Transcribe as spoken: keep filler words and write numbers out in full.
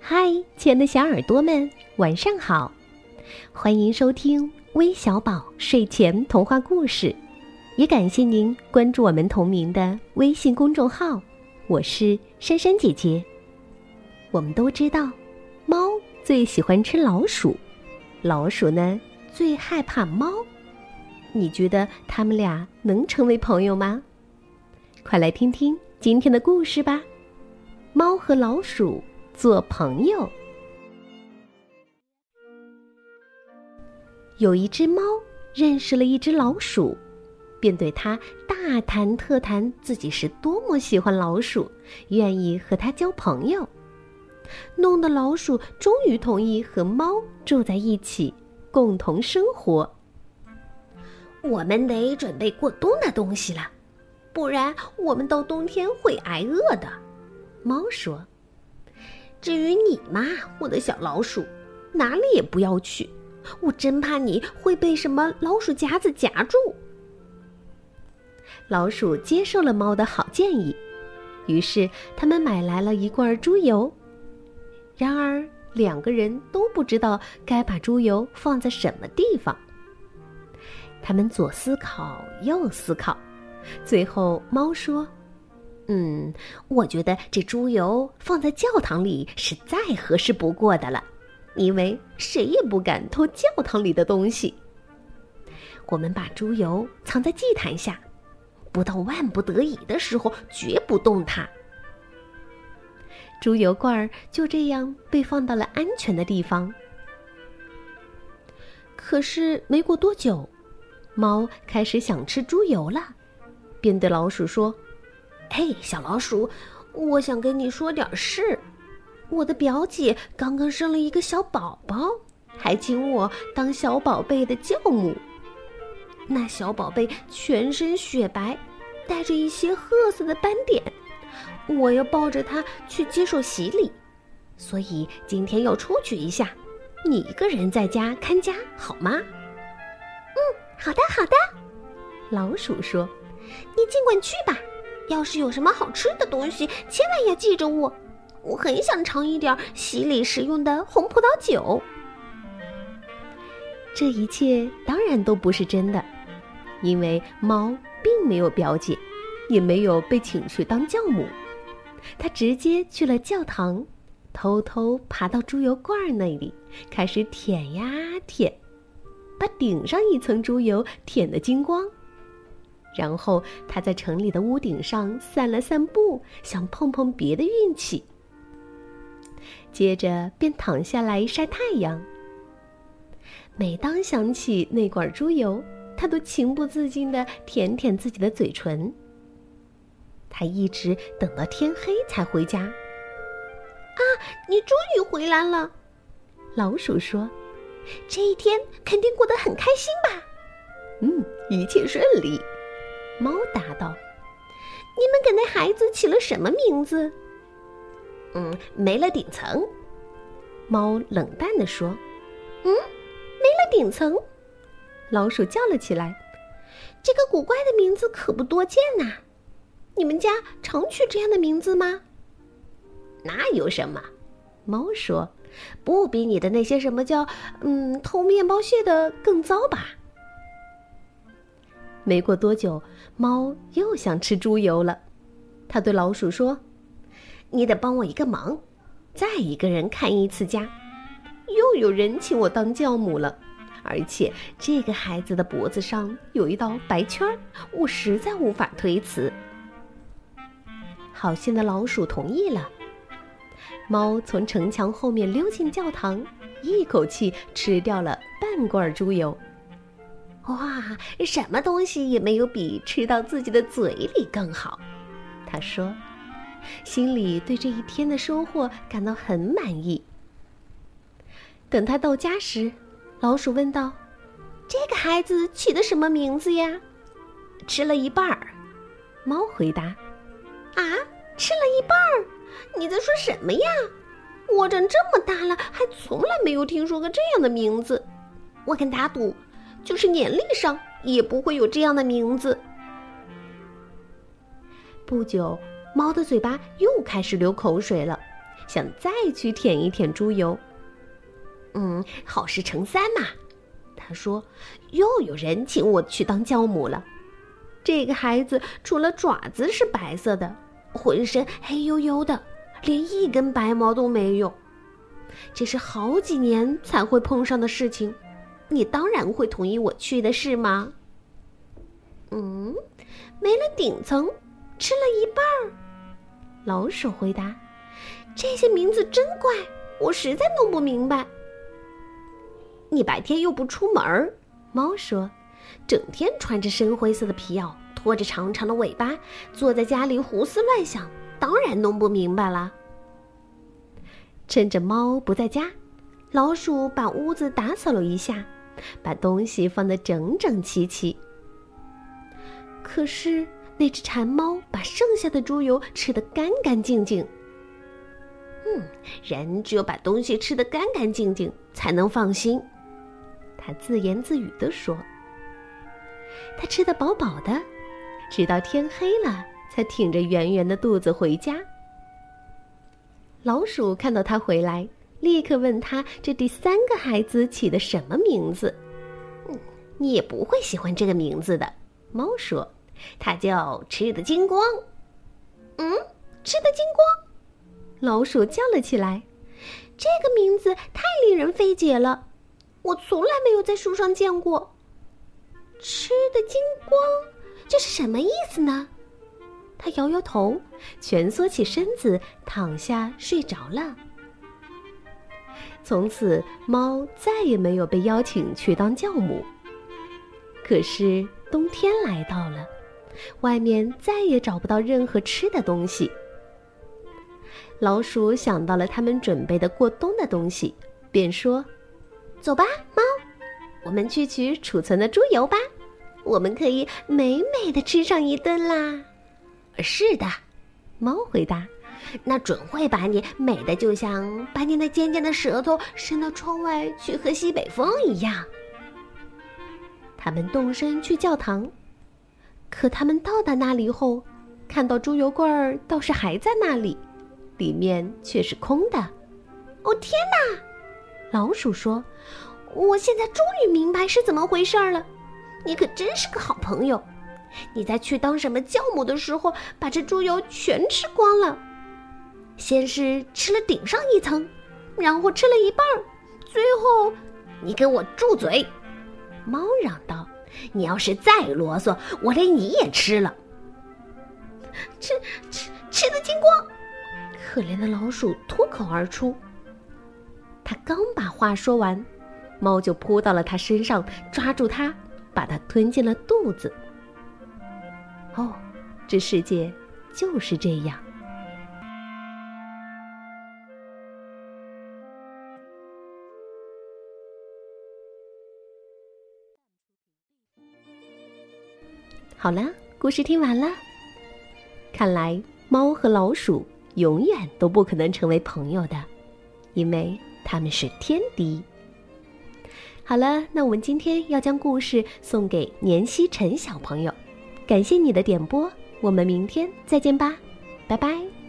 嗨，亲爱的小耳朵们，晚上好！欢迎收听微小宝睡前童话故事，也感谢您关注我们同名的微信公众号，我是珊珊姐姐。我们都知道，猫最喜欢吃老鼠，老鼠呢最害怕猫。你觉得他们俩能成为朋友吗？快来听听今天的故事吧。猫和老鼠做朋友。有一只猫认识了一只老鼠，便对它大谈特谈自己是多么喜欢老鼠，愿意和它交朋友，弄得老鼠终于同意和猫住在一起，共同生活。 我们得准备过冬的东西了，不然我们到冬天会挨饿的。 猫说。 至于你嘛，我的小老鼠，哪里也不要去，我真怕你会被什么老鼠夹子夹住。 老鼠接受了猫的好建议，于是他们买来了一罐猪油。然而两个人都不知道该把猪油放在什么地方。他们左思考右思考，最后猫说， 嗯，我觉得这猪油放在教堂里是再合适不过的了，因为谁也不敢偷教堂里的东西。我们把猪油藏在祭坛下，不到万不得已的时候绝不动它。 猪油罐就这样被放到了安全的地方。可是没过多久，猫开始想吃猪油了，便对老鼠说， 嘿，小老鼠，我想跟你说点事。我的表姐刚刚生了一个小宝宝，还请我当小宝贝的教母。那小宝贝全身雪白，带着一些褐色的斑点，我要抱着它去接受洗礼，所以今天要出去一下，你一个人在家看家好吗？嗯，好的好的， 老鼠说。 你尽管去吧，要是有什么好吃的东西，千万要记着我，我很想尝一点洗礼时用的红葡萄酒。 这一切当然都不是真的，因为猫并没有表姐，也没有被请去当教母。它直接去了教堂，偷偷爬到猪油罐那里，开始舔呀舔，把顶上一层猪油舔得精光。然后他在城里的屋顶上散了散步，想碰碰别的运气。接着便躺下来晒太阳。每当想起那罐猪油，他都情不自禁地舔舔自己的嘴唇。他一直等到天黑才回家。 啊，你终于回来了， 老鼠说。 这一天肯定过得很开心吧？ 嗯，一切顺利。猫答道。 你们给那孩子起了什么名字？嗯，没了顶层。 猫冷淡地说。 嗯，没了顶层。 老鼠叫了起来。 这个古怪的名字可不多见呐、啊。你们家常取这样的名字吗？哪有什么，猫说，不比你的那些什么叫嗯偷面包屑的更糟吧。 没过多久，猫又想吃猪油了。它对老鼠说， 你得帮我一个忙，再一个人看一次家。又有人请我当教母了，而且这个孩子的脖子上有一道白圈，我实在无法推辞。 好心的老鼠同意了。猫从城墙后面溜进教堂，一口气吃掉了半罐猪油。 哇，什么东西也没有比吃到自己的嘴里更好， 他说，心里对这一天的收获感到很满意。等他到家时，老鼠问道， 这个孩子起的什么名字呀？吃了一半儿， 猫回答。 啊，吃了一半儿？你在说什么呀？我长这么大了，还从来没有听说过这样的名字。我敢打赌，就是年历上也不会有这样的名字。 不久，猫的嘴巴又开始流口水了， 想再去舔一舔猪油。 嗯，好事成三嘛，他说，又有人请我去当教母了。这个孩子除了爪子是白色的，浑身黑黝黝的，连一根白毛都没有。这是好几年才会碰上的事情，你当然会同意我去的是吗？嗯，没了顶层，吃了一半儿。老鼠回答，这些名字真怪，我实在弄不明白。你白天又不出门，猫说，整天穿着深灰色的皮袄，拖着长长的尾巴，坐在家里胡思乱想，当然弄不明白了。 趁着猫不在家，老鼠把屋子打扫了一下，把东西放得整整齐齐。可是那只馋猫把剩下的猪油吃得干干净净。 嗯，人只有把东西吃得干干净净，才能放心。 他自言自语地说。他吃得饱饱的，直到天黑了，才挺着圆圆的肚子回家。老鼠看到他回来，立刻问他这第三个孩子起的什么名字。 嗯，你也不会喜欢这个名字的，猫说，它叫吃得精光。嗯，吃得精光？ 老鼠叫了起来， 这个名字太令人费解了，我从来没有在书上见过。吃得精光，这是什么意思呢？ 他摇摇头，蜷缩起身子，躺下睡着了。从此，猫再也没有被邀请去当教母。可是冬天来到了，外面再也找不到任何吃的东西。老鼠想到了他们准备的过冬的东西，便说：“ 走吧，猫，我们去取储存的猪油吧，我们可以美美的吃上一顿啦。”是的， 猫回答， 那准会把你美的就像把你那尖尖的舌头伸到窗外去喝西北风一样。 他们动身去教堂，可他们到达那里后，看到猪油罐儿倒是还在那里，里面却是空的。 哦，天哪！ 老鼠说， 我现在终于明白是怎么回事了，你可真是个好朋友。你在去当什么教母的时候，把这猪油全吃光了。先是吃了顶上一层，然后吃了一半，最后你给我住嘴！猫嚷道，你要是再啰嗦，我连你也吃了。吃吃吃得精光！ 可怜的老鼠脱口而出。他刚把话说完，猫就扑到了他身上，抓住他，把他吞进了肚子。哦，这世界就是这样。好了，故事听完了。看来猫和老鼠永远都不可能成为朋友的，因为他们是天敌。好了，那我们今天要将故事送给年希晨小朋友，感谢你的点播，我们明天再见吧，拜拜。